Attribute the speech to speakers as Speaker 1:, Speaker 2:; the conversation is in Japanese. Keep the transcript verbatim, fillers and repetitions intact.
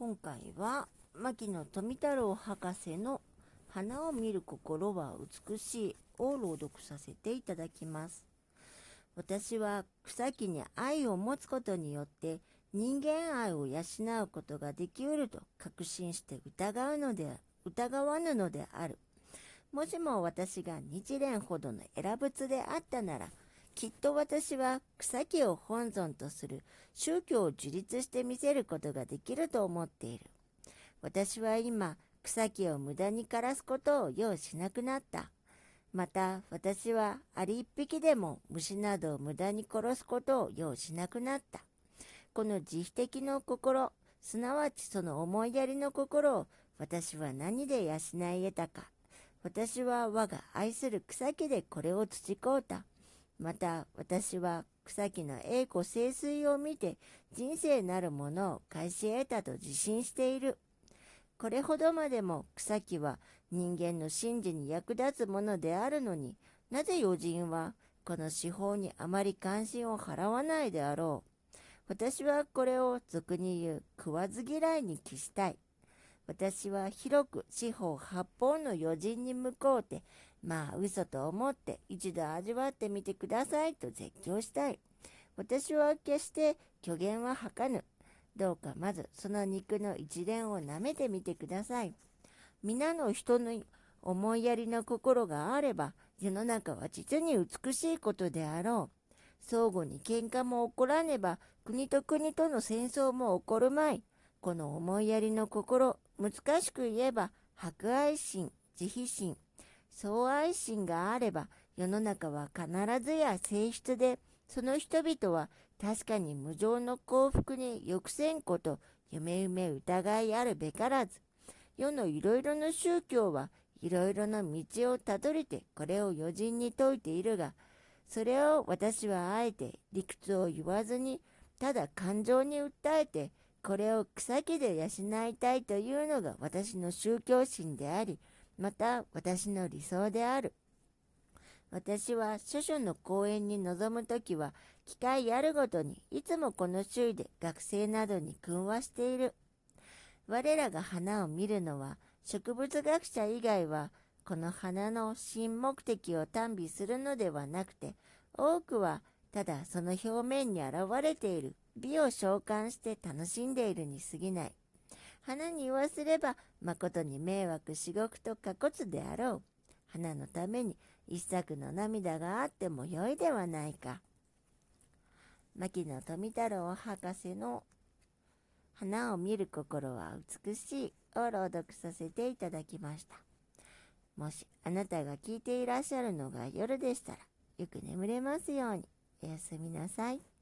Speaker 1: 今回は牧野富太郎博士の花を見る心は美しいを朗読させていただきます。私は草木に愛を持つことによって人間愛を養うことができうると確信して疑うので疑わぬのである。もしも私が日蓮ほどの偉仏であったなら、きっと私は草木を本尊とする宗教を樹立してみせることができると思っている。私は今、草木を無駄に枯らすことを要しなくなった。また、私はアリ一匹でも虫などを無駄に殺すことを要しなくなった。この慈悲的の心、すなわちその思いやりの心を私は何で養い得たか。私は我が愛する草木でこれを培うた。また私は草木の栄枯盛衰を見て人生なるものを返し得たと自信している。これほどまでも草木は人間の神事に役立つものであるのに、なぜ余人はこの手法にあまり関心を払わないであろう。私はこれを俗に言う食わず嫌いに帰したい。私は広く四方八方の余人に向こうて、まあ嘘と思って一度味わってみてくださいと絶叫したい。私は決して虚言は吐かぬ。どうかまずその肉の一連を舐めてみてください。皆の人の思いやりの心があれば、世の中は実に美しいことであろう。相互に喧嘩も起こらねば、国と国との戦争も起こるまい。この思いやりの心、難しく言えば博愛心、慈悲心、相愛心があれば世の中は必ずや静筆で、その人々は確かに無常の幸福に欲せんこと、夢夢疑いあるべからず。世のいろいろな宗教はいろいろな道をたどりてこれを余人に説いているが、それを私はあえて理屈を言わずに、ただ感情に訴えて、これを草木で養いたいというのが私の宗教心であり、また私の理想である。私は諸々の講演に臨むときは、機会あるごとにいつもこの周囲で学生などに訓話している。我らが花を見るのは、植物学者以外はこの花の真目的を探美するのではなくて、多くはただその表面に現れている美を召喚して楽しんでいるに過ぎない。花に言わせれば誠に迷惑至極と過骨であろう。花のために一作の涙があってもよいではないか。牧野富太郎博士の花を見る心は美しいを朗読させていただきました。もしあなたが聞いていらっしゃるのが夜でしたら、よく眠れますように。おやすみなさい。